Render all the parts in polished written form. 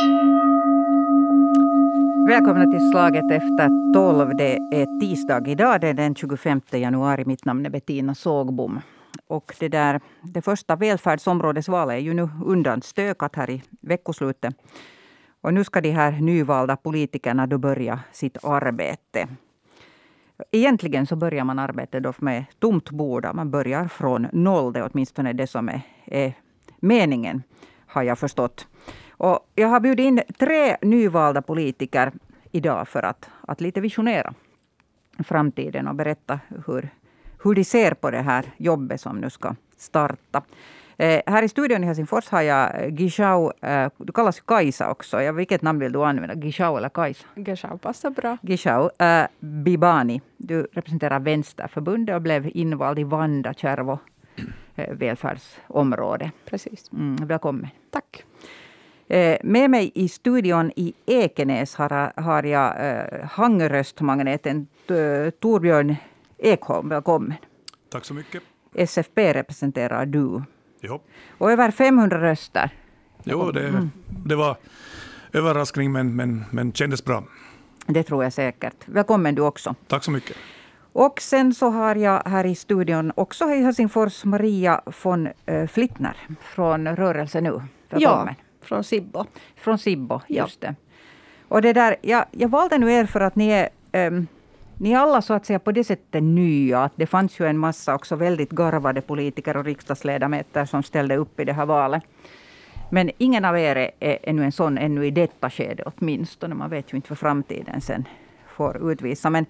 Välkomna till Slaget efter 12. Det är tisdag idag, det är den 25 januari. Mitt namn är Bettina Sågbom. Och det första välfärdsområdesvalet är ju nu undanstökat här i veckoslutet. Och nu ska de här nyvalda politikerna då börja sitt arbete. Egentligen så börjar man arbetet då med tomt bord. Man börjar från noll, det är åtminstone det som är meningen, har jag förstått. Och jag har bjudit in 3 nyvalda politiker idag för att lite visionera framtiden och berätta hur de ser på det här jobbet som nu ska starta. Här i studion i Helsingfors har jag Guizhou, du kallas Kajsa också. Vilket namn vill du använda? Guizhou eller Kajsa? Guizhou passar bra. Guizhou Bibani, du representerar Vänsterförbundet och blev invald i Vanda, Kärvo välfärdsområde. Precis. Välkommen. Tack. Med mig i studion i Ekenäs har jag Hangö-röstmagneten Torbjörn Ekholm. Välkommen. Tack så mycket. SFP representerar du. Jo. Och över 500 röster. Jo, det var överraskning men kändes bra. Det tror jag säkert. Välkommen du också. Tack så mycket. Och sen så har jag här i studion också i Helsingfors Maria von Flittner från Rörelse Nu. Välkommen. Ja, från Sibbo. Från Sibbo, just det. Och det där, jag valde nu er för att ni är alla så att säga på det sättet nya. Det fanns ju en massa också väldigt garvade politiker och riksdagsledamöter som ställde upp i det här valet. Men ingen av er är ännu en sån, ännu i detta skede åtminstone. Man vet ju inte vad framtiden sen får utvisa. Men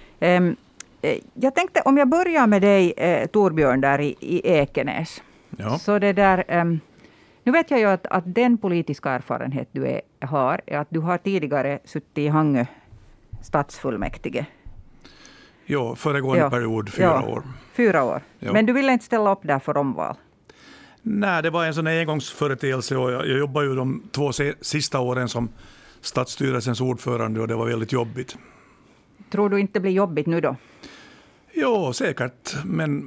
jag tänkte om jag börjar med dig Torbjörn där i Ekenäs. Ja. Så det där... Nu vet jag ju att den politiska erfarenhet du har är att du har tidigare suttit i Hangö stadsfullmäktige. Jo, föregående period 4 år. 4 år. Ja. Men du ville inte ställa upp där för omval? Nej, det var en sån engångsföreteelse och jag jobbade ju de 2 sista åren som stadsstyrelsens ordförande och det var väldigt jobbigt. Tror du inte det blir jobbigt nu då? Jo, säkert. Men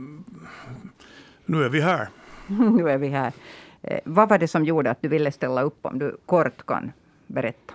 nu är vi här. Nu är vi här. Vad var det som gjorde att du ville ställa upp, om du kort kan berätta?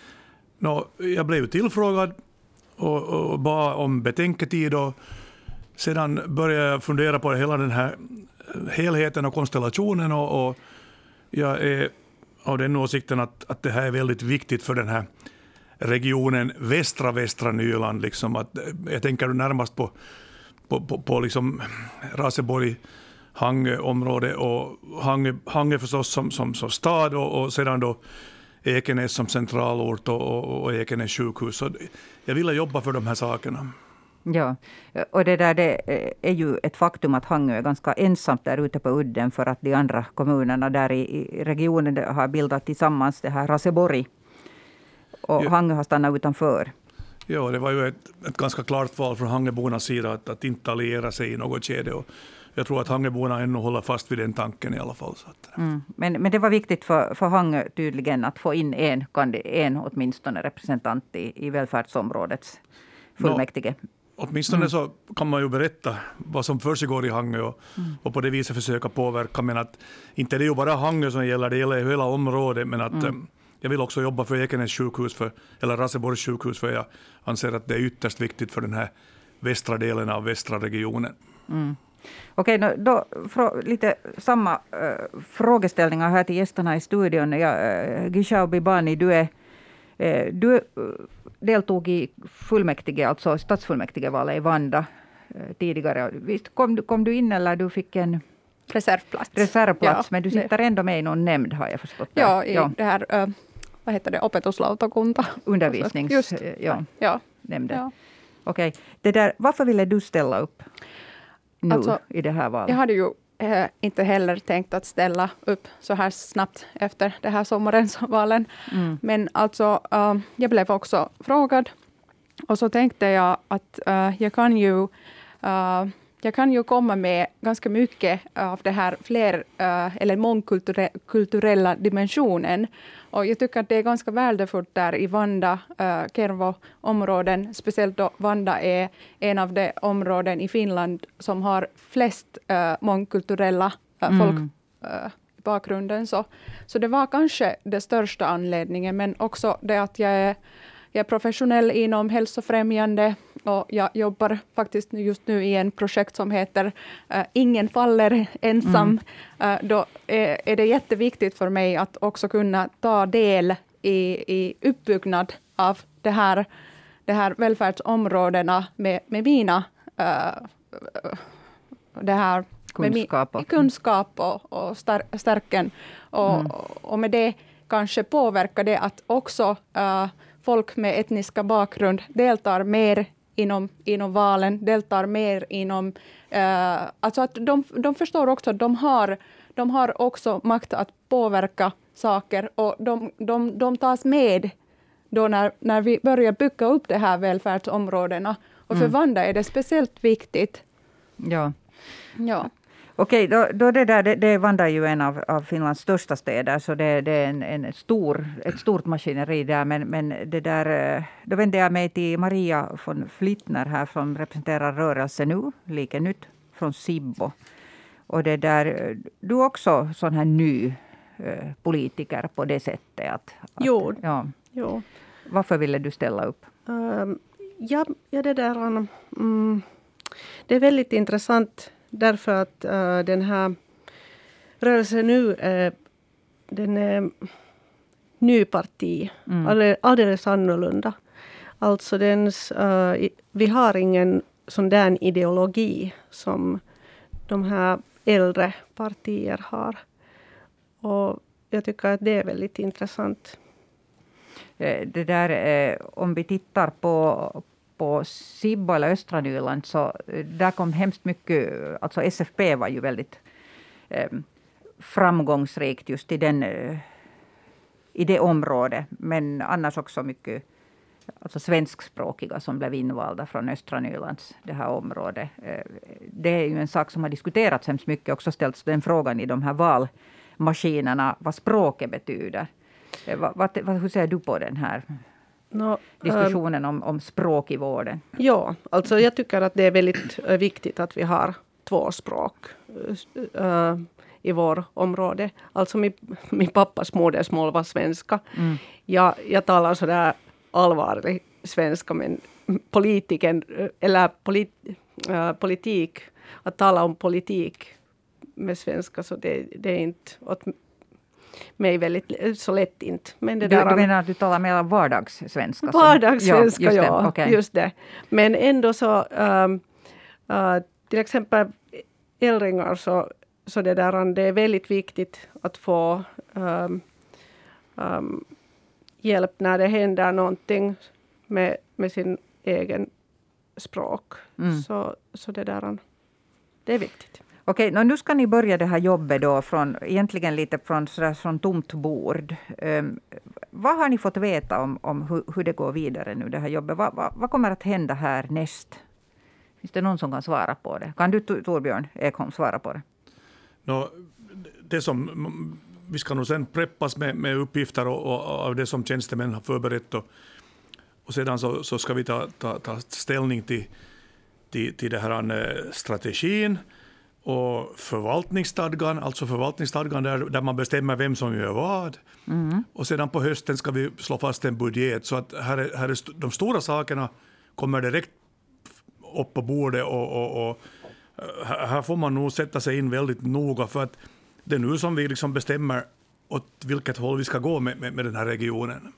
Jag blev tillfrågad och bad om betänketid och sedan började jag fundera på hela den här helheten och konstellationen och jag är av den åsikten att det här är väldigt viktigt för den här regionen västra Nyland. Liksom att, jag tänker närmast på liksom Raseborg, Hangö-område och Hangö förstås som stad och sedan då Ekenäs som centralort och Ekenäs sjukhus. Så jag ville jobba för de här sakerna. Ja, och det är ju ett faktum att Hangö är ganska ensamt där ute på udden för att de andra kommunerna där i regionen har bildat tillsammans det här Raseborg. Och Hangö har stannat utanför. Ja, det var ju ett ganska klart val från Hangöbornas sida att inte alliera sig i något skede och jag tror att Hangöborna ännu håller fast vid den tanken i alla fall. Så att. Men det var viktigt för Hangö tydligen att få in en åtminstone representant i välfärdsområdets fullmäktige. Åtminstone så kan man ju berätta vad som försiggår i Hangö och på det viset försöka påverka. Men att inte det är ju bara Hangö som gäller, det gäller hela området. Men att jag vill också jobba för Ekenäs sjukhus eller Raseborgs sjukhus för jag anser att det är ytterst viktigt för den här västra delen av västra regionen. Okej, då lite samma frågeställningar här till gästerna i studion. Guizhou Bibani, du deltog i fullmäktige, alltså stadsfullmäktigevalet i Vanda tidigare. Visst kom du in eller du fick en reservplats, ja, men du sitter ändå med i någon nämnd har jag förstått. Ja, det här, vad heter det, opetuslautakunta. Undervisningsnämnden. Ja. Okej, varför ville du ställa upp nu i det här valet? Jag hade ju inte heller tänkt att ställa upp så här snabbt efter det här sommarens valen. Men alltså, jag blev också frågad och så tänkte jag att jag kan ju komma med ganska mycket av det här eller mångkulturella dimensionen. Och jag tycker att det är ganska värdefullt där i Vanda, Kervo-områden. Speciellt då Vanda är en av de områden i Finland som har flest mångkulturella bakgrunden. Så det var kanske det största anledningen, men också det att jag är professionell inom hälsofrämjande och jag jobbar faktiskt just nu i en projekt som heter Ingen faller ensam. Då är det jätteviktigt för mig att också kunna ta del i uppbyggnad av det här välfärdsområdena med mina det här kunskap och stärken. Och med det kanske påverkar det att också folk med etniska bakgrund deltar mer inom valen, deltar mer inom... alltså att de förstår också att de har också makt att påverka saker, och de tas med då när vi börjar bygga upp de här välfärdsområdena. Och för Vanda är det speciellt viktigt. Ja. Okej, då det Vanda är ju en av Finlands största städer, så det är ett stort maskineri där, men det där, då vänder jag mig till Maria von Flittner här, som representerar Rörelse Nu, Like Nytt, från Sibbo. Och det där, du är också sån här ny politiker på det sättet Jo. Varför ville du ställa upp? Det där, det är väldigt intressant. Därför att den här rörelsen nu den är ny parti. Alldeles annorlunda. Alltså vi har ingen sån där ideologi som de här äldre partier har. Och jag tycker att det är väldigt intressant. Det där, om vi tittar på Sibbo eller östra Nyland, så där kom hemskt mycket, alltså SFP var ju väldigt framgångsrikt just i det området, men annars också mycket alltså svenskspråkiga som blev invalda från östra Nylands det här området. Det är ju en sak som har diskuterats hemskt mycket, också ställts den frågan i de här valmaskinerna, vad språket betyder. Hur ser du på den här diskussionen om språk i vården? Ja, alltså jag tycker att det är väldigt viktigt att vi har 2 språk i vår område. Alltså min pappas modersmål var svenska. Jag talar sådär allvarlig svenska, men politik, att tala om politik med svenska, så det är inte åt mig väldigt så lätt inte. Men du menar att du talar mer vardagssvenska? Vardagssvenska, okay. Just det. Men ändå så, till exempel äldringar, så det är väldigt viktigt att få hjälp när det händer någonting med sin egen språk. Så det är viktigt. Okej, nu ska ni börja det här jobbet då egentligen lite från tomt bord. Vad har ni fått veta om hur det går vidare nu, det här jobbet? Vad kommer att hända här näst? Finns det någon som kan svara på det? Kan du, Torbjörn Ekholm, svara på det? Det som vi ska nog sen preppas med uppgifter och av det som tjänstemän har förberett, och sedan så ska vi ta ställning till det här strategin och förvaltningsstadgan, alltså förvaltningsstadgan där man bestämmer vem som gör vad. Och sedan på hösten ska vi slå fast en budget, så att här är de stora sakerna kommer direkt upp på bordet, och här får man nog sätta sig in väldigt noga, för att det är nu som vi liksom bestämmer åt vilket håll vi ska gå med den här regionen.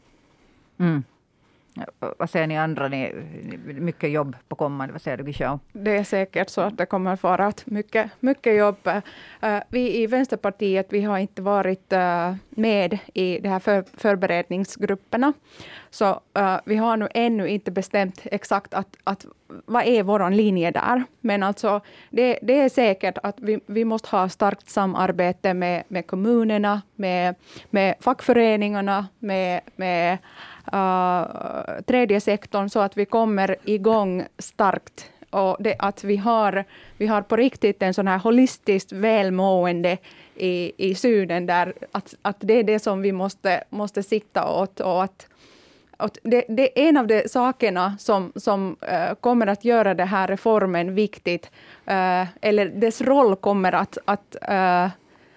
Vad säger ni andra? Mycket jobb på kommande. Vad säger du, Gisha? Det är säkert så att det kommer att vara mycket jobb. Vi i Vänsterpartiet, vi har inte varit med i de här förberedningsgrupperna. Så vi har nu ännu inte bestämt exakt att vad är vår linje där. Men alltså det är säkert att vi måste ha starkt samarbete med kommunerna, med fackföreningarna, med tredje sektorn, så att vi kommer igång starkt, och att vi har på riktigt en sån här holistiskt välmående i synen, där att det är det som vi måste sikta åt, och att det är en av de sakerna som kommer att göra den här reformen viktigt, eller dess roll kommer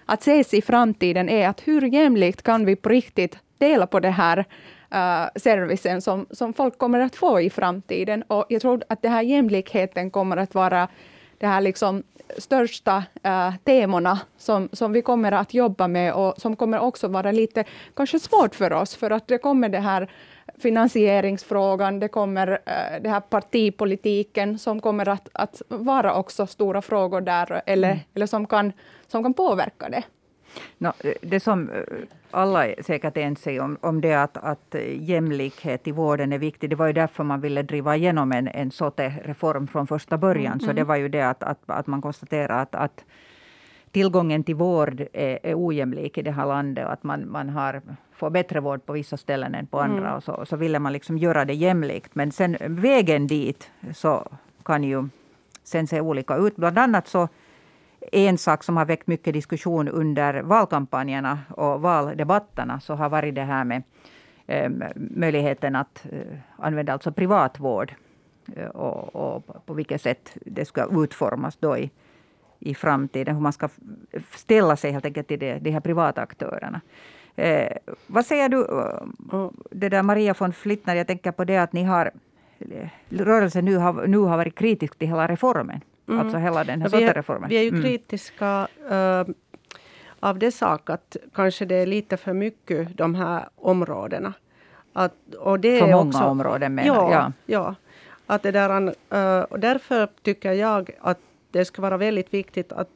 att ses i framtiden är att hur jämlikt kan vi på riktigt dela på det här servicen som folk kommer att få i framtiden. Och jag tror att den här jämlikheten kommer att vara det här liksom största temorna som vi kommer att jobba med och som kommer också vara lite kanske svårt för oss, för att det kommer det här finansieringsfrågan, det kommer det här partipolitiken som kommer att vara också stora frågor där eller som kan påverka det. No, det som alla är säkert ense om det att jämlikhet i vården är viktig. Det var ju därför man ville driva igenom en SOTE-reform från första början. Så det var ju det att man konstaterar att tillgången till vård är ojämlik i det här landet. Och att man får bättre vård på vissa ställen än på andra. Och så ville man liksom göra det jämlikt. Men sen vägen dit så kan ju sen se olika ut. Bland annat så en sak som har väckt mycket diskussion under valkampanjerna och valdebatterna så har varit det här med möjligheten att använda alltså privatvård och på vilket sätt det ska utformas då i framtiden. Hur man ska ställa sig helt enkelt till de här privata aktörerna. Vad säger du, det där Maria von Flittner, jag tänker på det att ni har, rörelsen nu har varit kritisk till hela reformen. Alltså hela den här SOTE-reformen. Vi är ju kritiska av det sak att kanske det är lite för mycket de här områdena. Och det för är många också, områden menar ja. Att det där, och därför tycker jag att det ska vara väldigt viktigt att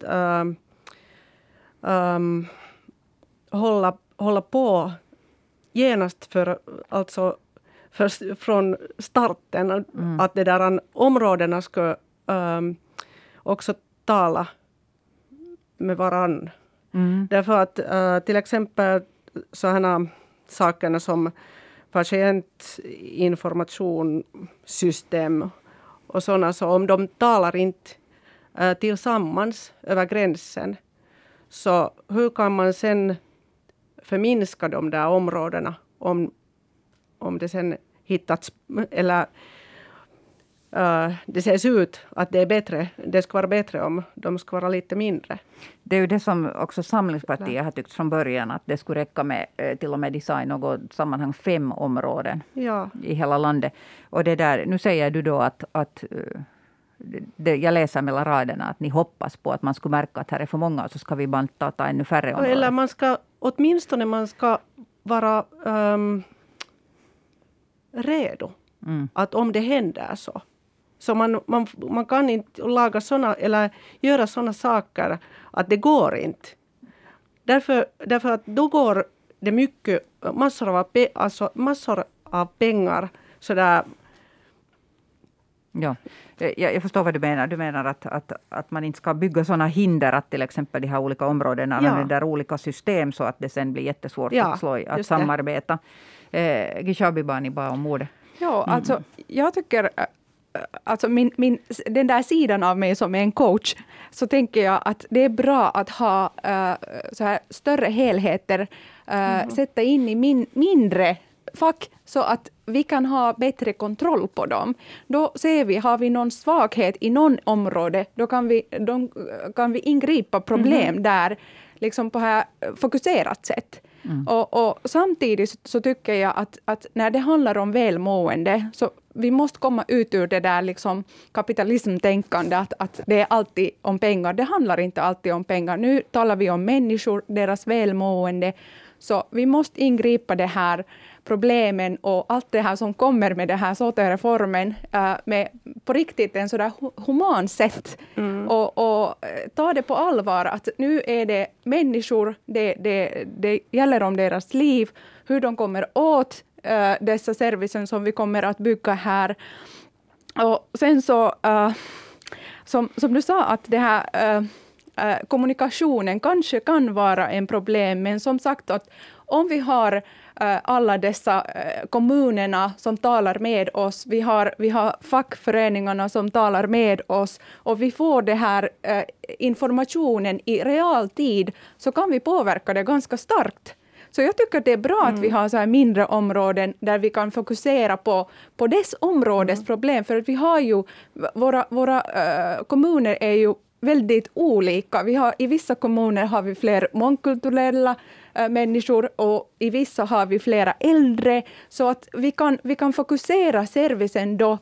hålla på genast från starten. Att det där områdena ska också tala med varann. Därför att till exempel sådana sakerna som patientinformationssystem och sådana, så om de talar inte tillsammans över gränsen, så hur kan man sen förminska de där områdena om det sen hittats eller det ser ut att det är bättre. Det ska vara bättre om de ska vara lite mindre. Det är ju det som också Samlingspartiet har tyckt från början, att det skulle räcka med till och med design något sammanhang 5 områden i hela landet. Och det där, nu säger du då att jag läser mellan raderna att ni hoppas på att man skulle märka att här är för många och så ska vi banta och ta ännu färre områden. Eller man ska vara redo att om det händer så. Så man kan inte laga såna eller göra såna saker att det går inte. Därför att då går det mycket, massor av pengar sådär. Ja, jag förstår vad du menar. Du menar att man inte ska bygga sådana hinder att till exempel de här olika områdena använder olika system så att det sen blir jättesvårt att samarbeta. Gishabi Bani bara om ordet. Ja, alltså jag tycker, alltså den där sidan av mig som är en coach, så tänker jag att det är bra att ha så här större helheter, sätta in i mindre fack så att vi kan ha bättre kontroll på dem. Då ser vi, har vi någon svaghet i någon område, då kan vi ingripa problem där liksom på här fokuserat sätt. Och samtidigt så tycker jag att när det handlar om välmående, så vi måste komma ut ur det där liksom kapitalismtänkande att det är alltid om pengar. Det handlar inte alltid om pengar. Nu talar vi om människor, deras välmående. Så vi måste ingripa det här problemen och allt det här som kommer med det här SOTE-reformen med på riktigt en sådär human sätt. Och ta det på allvar att nu är det människor, det gäller om deras liv, hur de kommer åt dessa servicen som vi kommer att bygga här. Och sen så, som du sa, att det här kommunikationen kanske kan vara en problem, men som sagt att om vi har alla dessa kommunerna som talar med oss, vi har fackföreningarna som talar med oss och vi får det här informationen i realtid, så kan vi påverka det ganska starkt. Så jag tycker att det är bra att vi har så här mindre områden där vi kan fokusera på dess områdes problem. För att vi har ju, våra kommuner är ju väldigt olika. I vissa kommuner har vi fler mångkulturella människor och i vissa har vi flera äldre, så att vi kan fokusera servicen då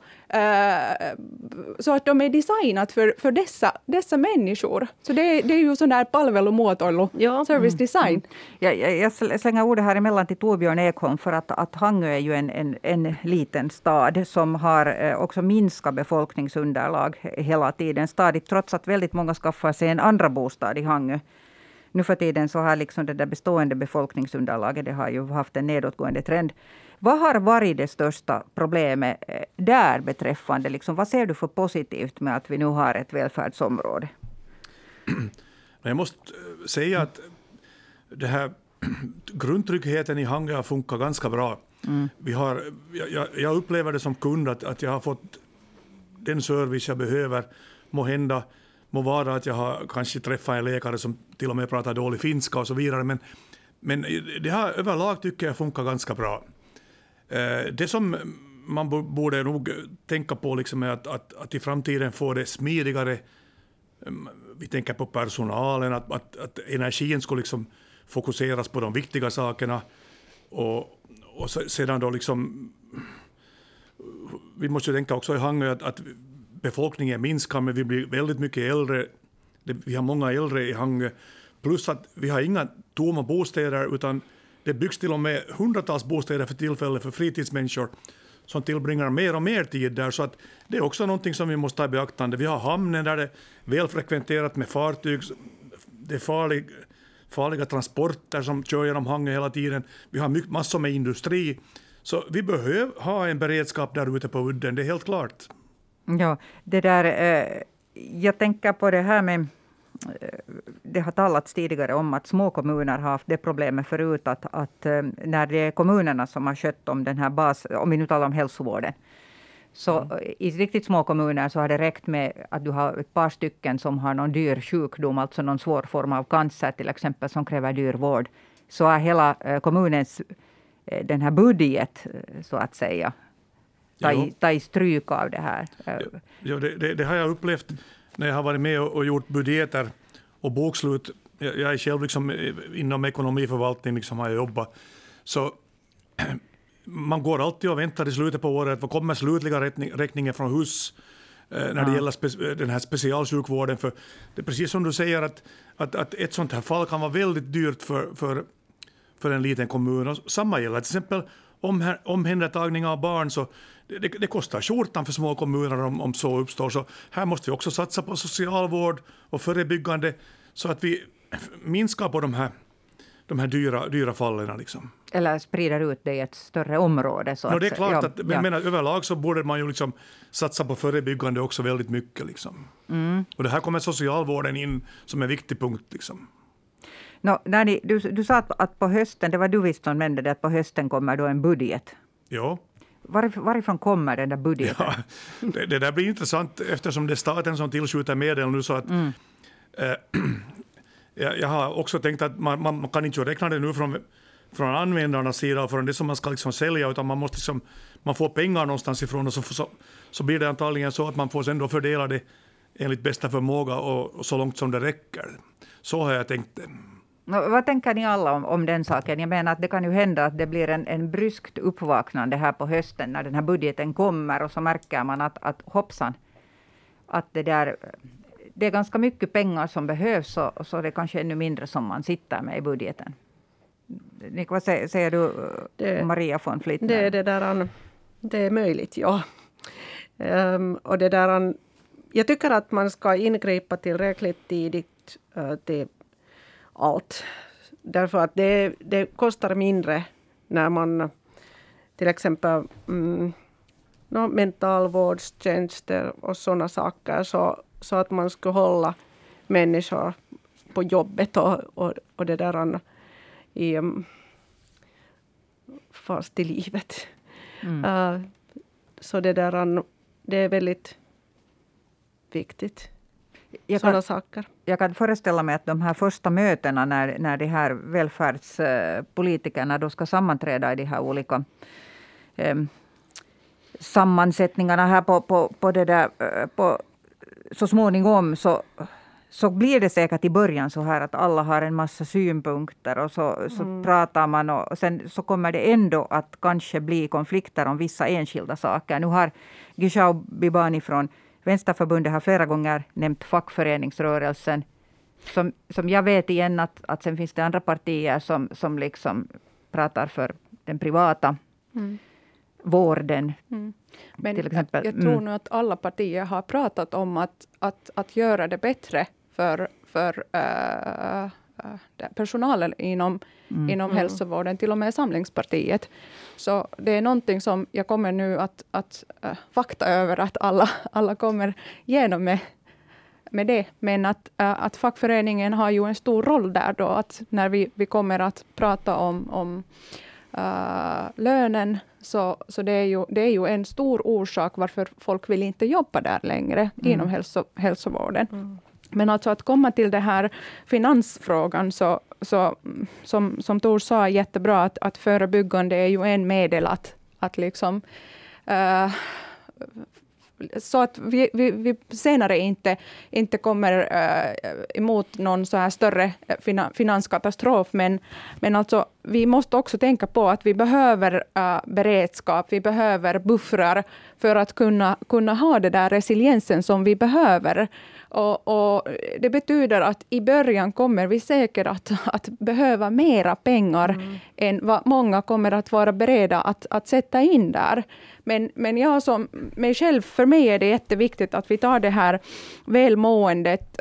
så att de är designat för dessa människor. Så det är ju sån där palvelumuotoilu, service design. Jag slänger ordet här emellan till Torbjörn Ekholm, för att Hangö är ju en liten stad som har också minskat befolkningsunderlag hela tiden stadigt, trots att väldigt många skaffar sig en andra bostad i Hangö. Nu för tiden så har liksom det där bestående befolkningsunderlaget, det har ju haft en nedåtgående trend. Vad har varit det största problemet där beträffande, liksom, vad ser du för positivt med att vi nu har ett välfärdsområde? Jag måste säga att det här grundtryggheten i Hangö funkar ganska bra. Jag upplever det som kund att jag har fått den service jag behöver. Må vara att jag har kanske träffat en läkare som till och med pratar dålig finska och så vidare. Men det har överlag tycker jag funkar ganska bra. Det som man borde nog tänka på liksom är att i framtiden få det smidigare. Vi tänker på personalen, att energin ska liksom fokuseras på de viktiga sakerna. Och sedan då liksom, vi måste tänka också i Hangö att befolkningen minskar, men vi blir väldigt mycket äldre. Vi har många äldre i Hangö. Plus att vi har inga tomma bostäder, utan det byggs till och med hundratals bostäder för tillfället för fritidsmänniskor som tillbringar mer och mer tid där. Så att det är också någonting som vi måste ta i beaktande. Vi har hamnen där det är välfrekventerat med fartyg. Det är farliga transporter som kör genom Hangö hela tiden. Vi har massor med industri. Så vi behöver ha en beredskap där ute på udden, det är helt klart. Ja, det där, jag tänker på det här med, det har talats tidigare om att små kommuner har haft det problemet förut att när det är kommunerna som har skött om den här om vi nu talar om hälsovården, så i riktigt små kommuner så har det räckt med att du har ett par stycken som har någon dyr sjukdom, alltså någon svår form av cancer till exempel som kräver dyr vård, så är hela kommunens den här budget så att säga ta i stryk av det här. Ja, det har jag upplevt när jag har varit med och gjort budgeter och bokslut. Jag är själv liksom inom ekonomiförvaltning liksom har jag jobbat. Så man går alltid och väntar i slutet på året. Vad kommer slutliga räkningen från hus när det gäller den här specialsjukvården? För det är precis som du säger att ett sånt här fall kan vara väldigt dyrt för en liten kommun. Och samma gäller till exempel omhändertagning av barn, så det kostar skjortan för små kommuner om så uppstår. Så här måste vi också satsa på socialvård och förebyggande så att vi minskar på de här dyra fallen. Liksom. Eller sprider ut det i ett större område. Så det är klart att menar, överlag så borde man ju liksom satsa på förebyggande också väldigt mycket. Liksom. Och det här kommer socialvården in som en viktig punkt. Liksom. Du sa att på hösten, det var du visst som nämnde det, att på hösten kommer då en budget. Ja. Varifrån kommer den där budgeten? Ja, det där blir intressant eftersom det är staten som tillskjuter medel nu. Så att, jag har också tänkt att man kan inte räkna det nu från användarnas sida och från det som man ska liksom sälja, utan man måste liksom, man får pengar någonstans ifrån och så blir det antagligen så att man får sen då fördela det enligt bästa förmåga och så långt som det räcker. Så har jag tänkt det. Vad tänker ni alla om den saken? Jag menar att det kan ju hända att det blir en bryskt uppvaknande här på hösten när den här budgeten kommer och så märker man att hoppsan, att det är ganska mycket pengar som behövs och så är det kanske ännu mindre som man sitter med i budgeten. Vad säger du, Maria von Flittner? Det är möjligt, ja. Och jag tycker att man ska ingripa tillräckligt tidigt till allt. Därför att det kostar mindre när man till exempel mentalvårdstjänster och sådana saker så att man ska hålla människor på jobbet och det där fast i livet. Så det är väldigt viktigt. Sådana saker. Jag kan föreställa mig att de här första mötena när de här välfärdspolitikerna då ska sammanträda i de här olika sammansättningarna här på det där på så småningom så blir det säkert i början så här att alla har en massa synpunkter och så pratar man och sen så kommer det ändå att kanske bli konflikter om vissa enskilda saker. Nu har Gishau Bibani från Vänsterförbundet har flera gånger nämnt fackföreningsrörelsen. Som jag vet igen att sen finns det andra partier som liksom pratar för den privata vården. Men till exempel. Jag tror nog att alla partier har pratat om att göra det bättre för personalen inom hälsovården, till och med Samlingspartiet. Så det är någonting som jag kommer nu att vakta över att alla kommer igenom med det. Men att fackföreningen har ju en stor roll där då, att när vi kommer att prata om lönen, så det är ju en stor orsak varför folk vill inte jobba där längre inom hälsovården. Men alltså att komma till det här finansfrågan, så som Tor sa jättebra, att förebyggande är ju en medel att liksom så att vi senare inte kommer emot någon så här större finanskatastrof. Men alltså, vi måste också tänka på att vi behöver beredskap, vi behöver buffrar för att kunna ha det där resiliensen som vi behöver. Och det betyder att i början kommer vi säkert att behöva mera pengar än vad många kommer att vara beredda att sätta in där. Men jag som mig själv, för mig är det jätteviktigt att vi tar det här välmåendet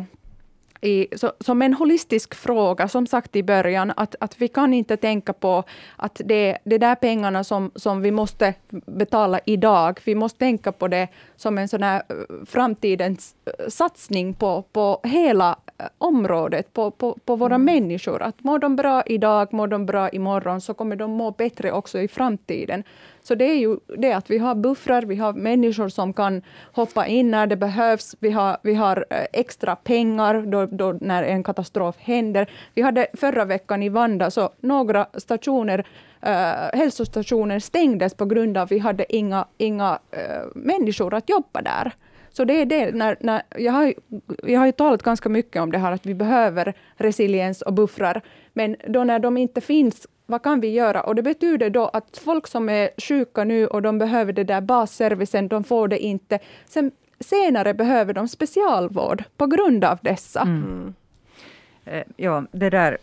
som en holistisk fråga, som sagt i början, att vi kan inte tänka på att det där pengarna som vi måste betala idag, vi måste tänka på det som en sån här framtidens satsning på hela området, på våra människor. Att mår de bra idag, mår de bra imorgon, så kommer de må bättre också i framtiden. Så det är ju det att vi har buffrar, vi har människor som kan hoppa in när det behövs. Vi har extra pengar då när en katastrof händer. Vi hade förra veckan i Vanda, så några hälsostationer stängdes på grund av att vi hade inga människor att jobba där. Så det är det, jag har ju talat ganska mycket om det här, att vi behöver resiliens och buffrar. Men då när de inte finns, vad kan vi göra? Och det betyder då att folk som är sjuka nu och de behöver det där basservicen, de får det inte. Sen senare behöver de specialvård på grund av dessa. Ja, det där...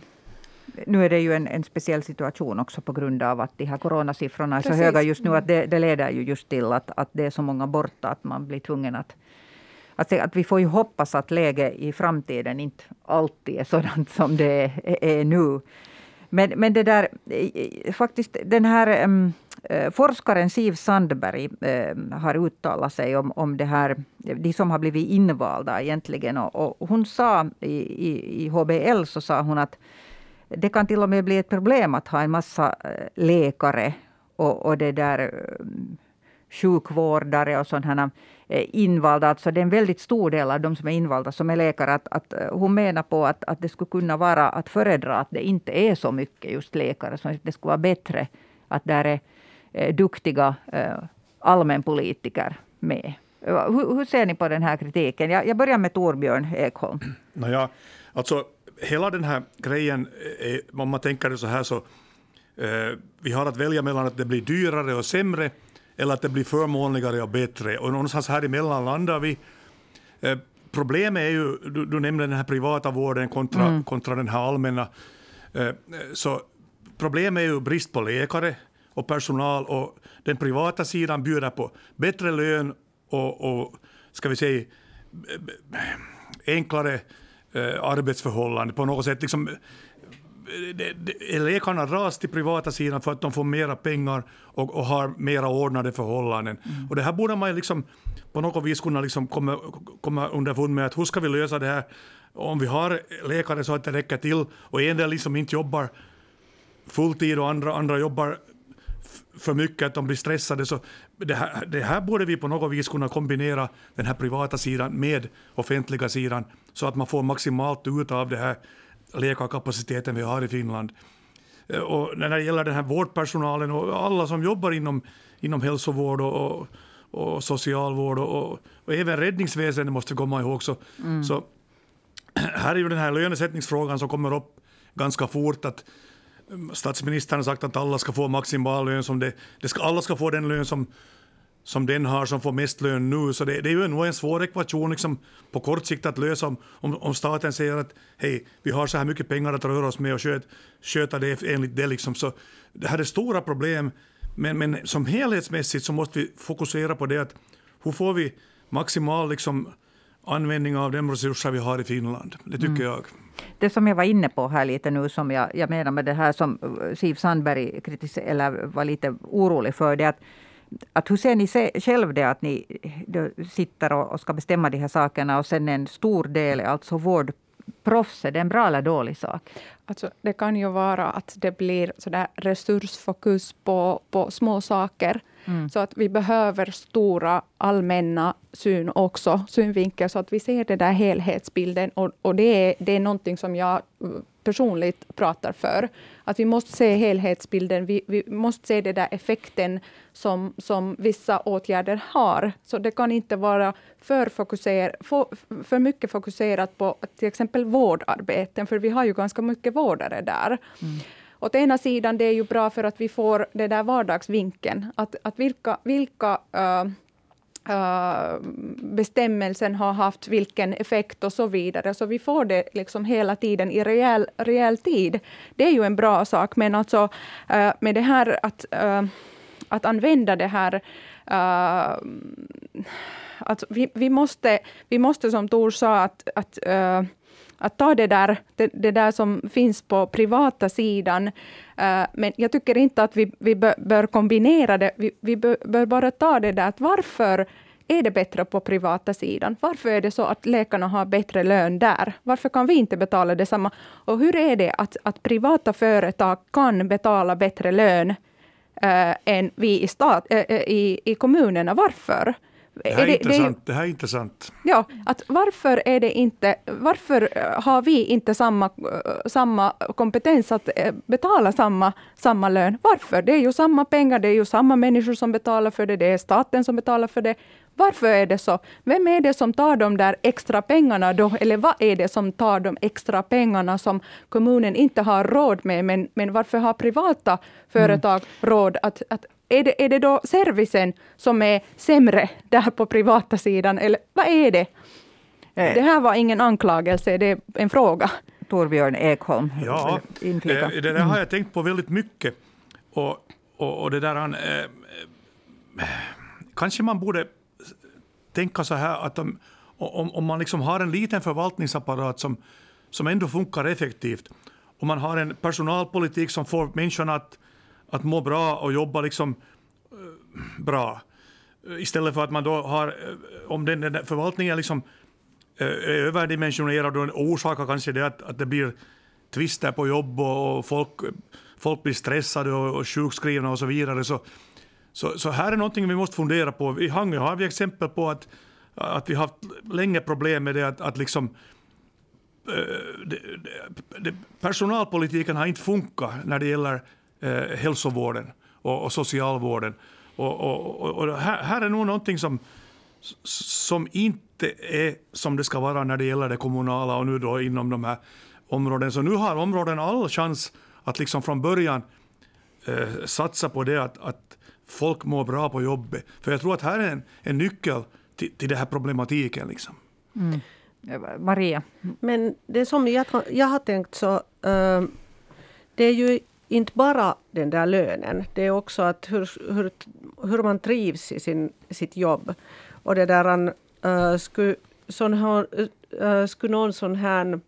Nu är det ju en speciell situation också på grund av att de här coronasiffrorna är så höga just nu, att det leder ju just till att det är så många borta, att man blir tvungen att vi får ju hoppas att läget i framtiden inte alltid är sådant som det är nu. Men det där, faktiskt den här forskaren Siv Sandberg har uttalat sig om det här, de som har blivit invalda egentligen, och hon sa i HBL, så sa hon att det kan till och med bli ett problem att ha en massa läkare och det där sjukvårdare och sådana invalda. Alltså det är en väldigt stor del av de som är invalda som är läkare. Att hon menar på att det skulle kunna vara att föredra att det inte är så mycket just läkare. Så det skulle vara bättre att där är duktiga allmänpolitiker med. Hur ser ni på den här kritiken? Jag börjar med Torbjörn Ekholm. Naja, alltså hela den här grejen, om man tänker det så här, så vi har att välja mellan att det blir dyrare och sämre eller att det blir förmånligare och bättre. Och någonstans här emellan landar vi. Problemet är ju, du nämnde den här privata vården kontra den här allmänna. Så problemet är ju brist på läkare och personal, och den privata sidan bjuder på bättre lön och ska vi säga enklare arbetsförhållanden på något sätt. Liksom, läkarna dras till privata sidan för att de får mera pengar och har mera ordnade förhållanden. Och det här borde man liksom på något vis kunna liksom komma underfund med, att hur ska vi lösa det här om vi har läkare så att det räcker till, och en del liksom inte jobbar fulltid och andra jobbar för mycket, att de blir stressade. Så det här borde vi på något vis kunna kombinera, den här privata sidan med offentliga sidan, så att man får maximalt ut av det här läkarkapaciteten vi har i Finland. Och när det gäller den här vårdpersonalen och alla som jobbar inom hälsovård och socialvård och även räddningsväsendet måste komma ihåg, så här är ju den här lönesättningsfrågan som kommer upp ganska fort, att statsministern har sagt att alla ska få maximal lön, alla ska få den lön som den har som får mest lön nu. Så det är ju nog en svår ekvation liksom, på kort sikt att lösa om staten säger att hej, vi har så här mycket pengar att röra oss med och sköta det enligt det. Liksom. Så det här är stora problem, men som helhetsmässigt så måste vi fokusera på det, att hur får vi maximal liksom, användning av de resurser vi har i Finland. Det tycker jag. Det som jag var inne på här lite nu, som jag menar med det här som Siv Sandberg eller var lite orolig för, det att hur ser ni själv det att ni sitter och ska bestämma de här sakerna och sen en stor del är alltså vårdproffs, är det en bra eller dålig sak? Alltså, det kan ju vara att det blir sådär resursfokus på små saker. Så att vi behöver stora allmänna synvinkel så att vi ser det där helhetsbilden. Och det är någonting som jag personligt pratar för. Att vi måste se helhetsbilden. Vi måste se det där effekten som vissa åtgärder har. Så det kan inte vara för mycket fokuserat på till exempel vårdarbeten. För vi har ju ganska mycket vårdare där. Åt ena sidan det är ju bra för att vi får det där vardagsvinkeln. Att vilka bestämmelsen har haft vilken effekt och så vidare. Så vi får det liksom hela tiden i reell tid. Det är ju en bra sak. Men alltså med det här att använda det här att vi måste som Tor sa att ta det där som finns på privata sidan. Men jag tycker inte att vi bör kombinera det. Vi bör bara ta det där. Att varför är det bättre på privata sidan? Varför är det så att läkarna har bättre lön där? Varför kan vi inte betala detsamma? Och hur är det att privata företag kan betala bättre lön än vi i kommunerna? Varför? Det här är intressant. Ja, att varför har vi inte samma kompetens att betala samma lön? Varför? Det är ju samma pengar, det är ju samma människor som betalar för det är staten som betalar för det. Varför är det så? Vem är det som tar de där extra pengarna då? Eller vad är det som tar de extra pengarna som kommunen inte har råd med? Men varför har privata företag råd att är det då servicen som är sämre där på privata sidan? Eller vad är det? Det här var ingen anklagelse, det är en fråga. Torbjörn Ekholm. Ja, det där har jag tänkt på väldigt mycket. Och det där kanske man borde tänka så här att om man liksom har en liten förvaltningsapparat som ändå funkar effektivt, och man har en personalpolitik som får människorna att må bra och jobba liksom bra. Istället för att man då har, om den förvaltningen liksom överdimensionerad och orsakar kanske det att det blir tvister på jobb och folk blir stressade och sjukskrivna och så vidare. Så här är någonting vi måste fundera på. I Hangö har vi exempel på att vi har haft länge problem med det att liksom personalpolitiken har inte funkat när det gäller hälsovården och socialvården. Och här är nog någonting som inte är som det ska vara när det gäller det kommunala och nu då inom de här områden. Så nu har områden all chans att liksom från början satsa på det att folk mår bra på jobbet. För jag tror att här är en nyckel till den här problematiken. Liksom. Maria? Men det som jag har tänkt så, det är ju inte bara den där lönen. Det är också att hur man trivs i sitt jobb. Och det där skulle någon sån här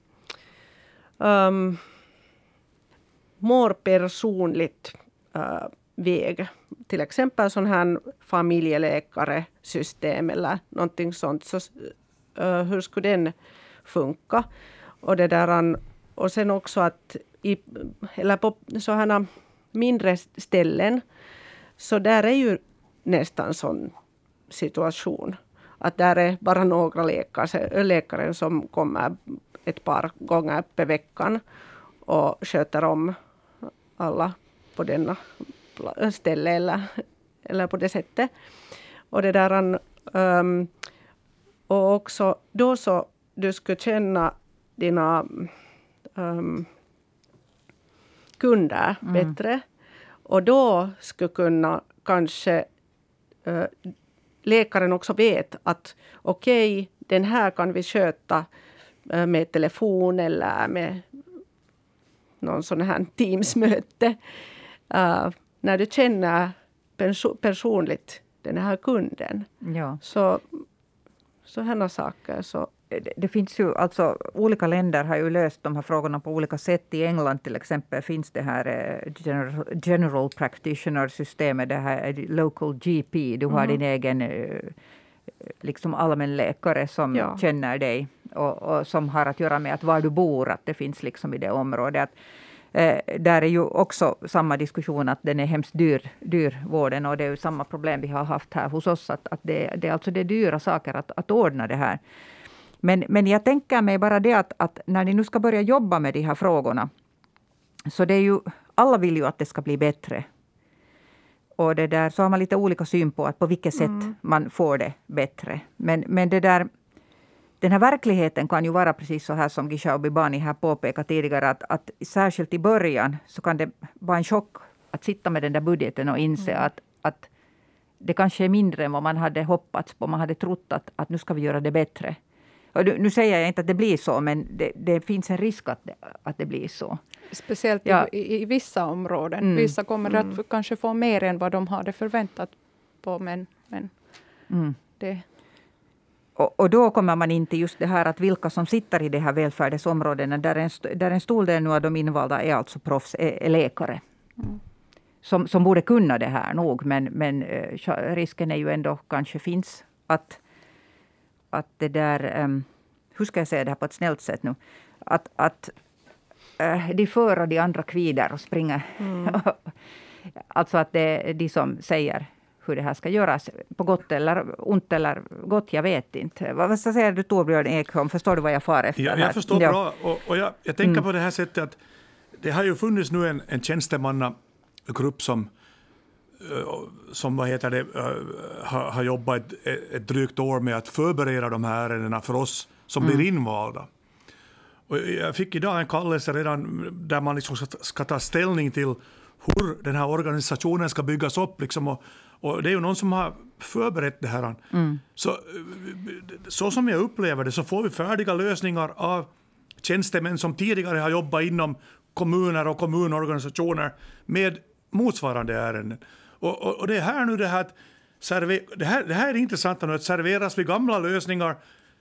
mer personligt väg. Till exempel sån här familjeläkaresystem eller någonting sånt. Så hur skulle den funka? Och det där, och sen också att eller på sådana mindre ställen, så där är ju nästan sån situation att där är bara några läkare som kommer ett par gånger per veckan och sköter om alla på denna ställe eller på det sättet. Och det där och också då så du skulle känna dina kunder bättre. Och då skulle kunna kanske läkaren också vet att okej, den här kan vi sköta med telefon eller med någon sån här Teams-möte. När du känner personligt den här kunden. Ja. Så här saker. Så. Det finns ju, alltså olika länder har ju löst de här frågorna på olika sätt. I England till exempel finns det här general practitioner-systemet, det här local GP. Du har din egen liksom allmänläkare som känner dig och som har att göra med att var du bor, att det finns liksom i det området. Där är ju också samma diskussion att den är hemskt dyr vården, och det är ju samma problem vi har haft här hos oss, att det är alltså det dyra saker att ordna det här. Men jag tänker mig bara det att när ni nu ska börja jobba med de här frågorna, så det är ju, alla vill ju att det ska bli bättre. Och det där, så har man lite olika syn på att på vilket sätt man får det bättre. Men det där, den här verkligheten kan ju vara precis så här som Gisha och Bibani här påpekade tidigare, att särskilt i början så kan det vara en chock att sitta med den där budgeten och inse att det kanske är mindre än vad man hade hoppats på. Man hade trott att nu ska vi göra det bättre. Och nu säger jag inte att det blir så, men det finns en risk att det blir så. Speciellt i vissa områden. Vissa kommer att kanske få mer än vad de hade förväntat på. Men det... Och då kommer man in till just det här att vilka som sitter i de här välfärdsområdena, där en stor del nu av de invalda är alltså proffs, är läkare. Som borde kunna det här nog, men risken är ju ändå kanske finns att det där, hur ska jag säga det här på ett snällt sätt nu, att de för och de andra kvider och springer. Alltså att det är de som säger hur det här ska göras, på gott eller ont eller gott, jag vet inte. Vad säger du, Torbjörn Ekholm? Förstår du vad jag far efter? Ja, jag förstår bra, och jag tänker på det här sättet att det har ju funnits nu en tjänstemannagrupp som har jobbat ett drygt år med att förbereda de här ärendena för oss som blir invalda. Och jag fick idag en kallelse redan där man liksom ska ta ställning till hur den här organisationen ska byggas upp. Liksom, och det är ju någon som har förberett det här. Så som jag upplever det så får vi färdiga lösningar av tjänstemän som tidigare har jobbat inom kommuner och kommunorganisationer med motsvarande ärenden. Och det är här nu det här att det här är intressant nu, att serveras vi gamla lösningar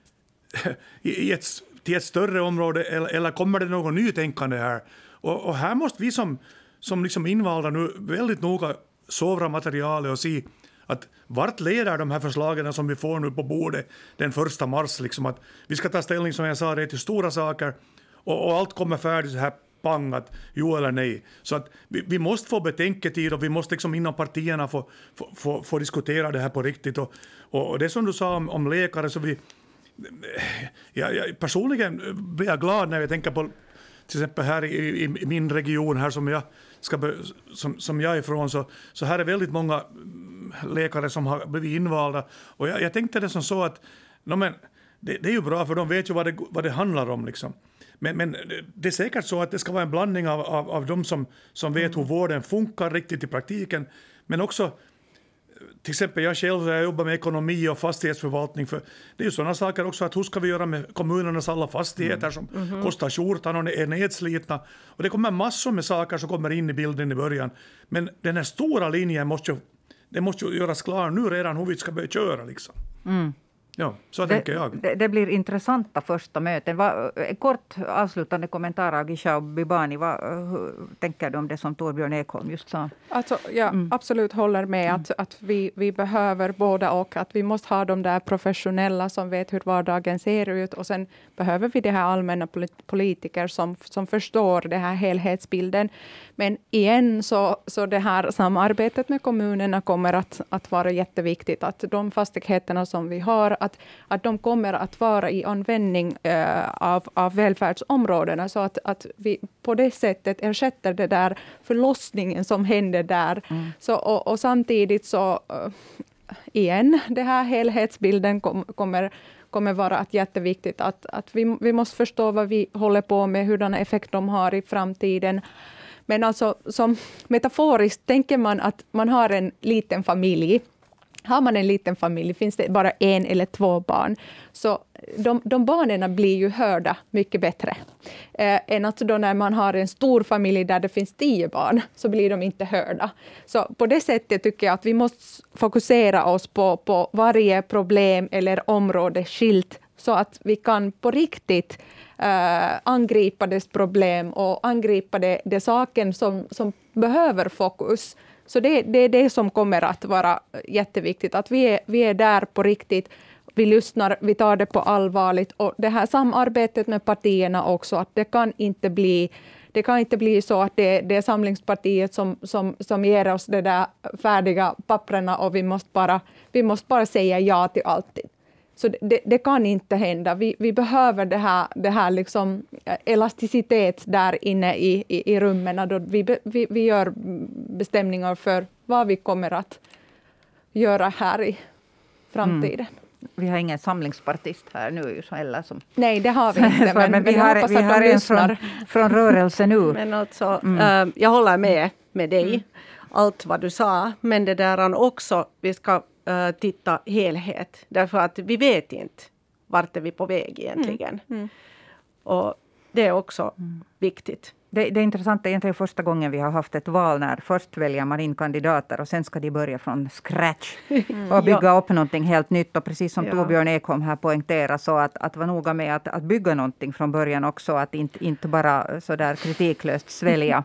till ett större område, eller kommer det något nytänkande här? Och här måste vi som liksom invalda nu väldigt noga sovra materialet och se att vart leder de här förslagen som vi får nu på bordet den 1 mars. Liksom att vi ska ta ställning, som jag sa, det till stora saker, och allt kommer färdigt så här pang, att jo eller nej. Så att vi måste få betänketid, och vi måste liksom inom partierna få diskutera det här på riktigt. Och det som du sa om läkare, så jag personligen blir jag glad när jag tänker på till exempel här i min region här som jag är ifrån, så här är väldigt många läkare som har blivit invalda, och jag tänkte det som så att det är ju bra, för de vet ju vad det handlar om liksom. Men det är säkert så att det ska vara en blandning av de som vet hur vården funkar riktigt i praktiken, men också till exempel jag själv jobbar med ekonomi och fastighetsförvaltning, för det är ju sådana saker också, att hur ska vi göra med kommunernas alla fastigheter som kostar skjortan och är nedslitna, och det kommer massor med saker som kommer in i bilden i början, men den här stora linjen måste ju göras klar nu redan, hur vi ska börja köra liksom. Ja, så tänker jag. Det blir intressanta första möten. Kort avslutande kommentar av Gisha och Bibani. Vad tänker du om det som Torbjörn Ekholm just sa? Alltså, jag absolut håller med att vi behöver båda, och att vi måste ha de där professionella som vet hur vardagen ser ut, och sen behöver vi det här allmänna politiker som förstår den här helhetsbilden. Men igen så det här samarbetet med kommunerna kommer att vara jätteviktigt, att de fastigheterna som vi har, att de kommer att vara i användning av välfärdsområdena, så att vi på det sättet ersätter det där förlossningen som händer där. Så, och samtidigt så igen, det här helhetsbilden kommer vara jätteviktigt. Att vi måste förstå vad vi håller på med, hurdana effekter de har i framtiden. Men alltså som metaforiskt tänker man att man har en liten familj. Har man en liten familj, finns det bara 1 eller 2 barn, så de barnen blir ju hörda mycket bättre. Än att då när man har en stor familj där det finns 10 barn, så blir de inte hörda. Så på det sättet tycker jag att vi måste fokusera oss på varje problem eller område skilt, så att vi kan på riktigt angripa dess problem och angripa det saken som behöver fokus. Så det är det som kommer att vara jätteviktigt, att vi är där på riktigt, vi lyssnar, vi tar det på allvarligt, och det här samarbetet med partierna också, att det kan inte bli så att det är Samlingspartiet som ger oss det där färdiga papperna och vi måste bara säga ja till allt. Så det kan inte hända. Vi behöver det här liksom elasticitet där inne i rummen, då vi gör bestämningar för vad vi kommer att göra här i framtiden. Vi har ingen samlingspartist här nu heller. Nej, det har vi inte. Men vi har en från rörelsen nu. Men alltså, jag håller med dig, allt vad du sa. Men det där också, vi ska titta helhet. Därför att vi vet inte vart är vi på väg egentligen. Och det är också viktigt. Det är intressant, det är egentligen första gången vi har haft ett val när först väljer man in kandidater och sen ska de börja från scratch och bygga upp någonting helt nytt. Och precis som Torbjörn Ekholm här poängterar, så att vara noga med att bygga någonting från början också. Att inte bara så där kritiklöst svälja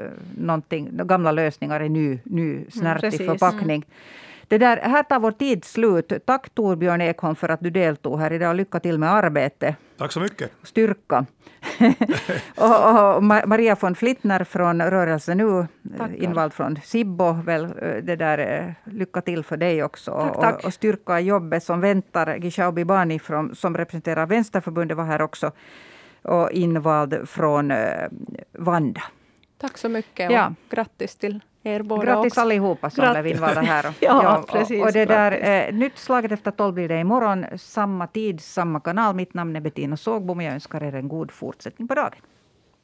gamla lösningar i ny snärtig förpackning. Här tar vår tid slut. Tack Torbjörn Ekholm för att du deltog här idag. Lycka till med arbete. Tack så mycket. Styrka. och Maria von Flittner från Rörelsen nu, invald från Sibbo. Lycka till för dig också. Tack. Och styrka i jobbet som väntar. Gisha Bibani som representerar Vänsterförbundet var här också. Och invald från Vanda. Tack så mycket och grattis till er båda. Grattis allihopa som blev invalda här. Precis. Och nytt Slaget efter 12 blir det imorgon. Samma tid, samma kanal. Mitt namn är Bettina Sågbom och jag önskar er en god fortsättning på dagen.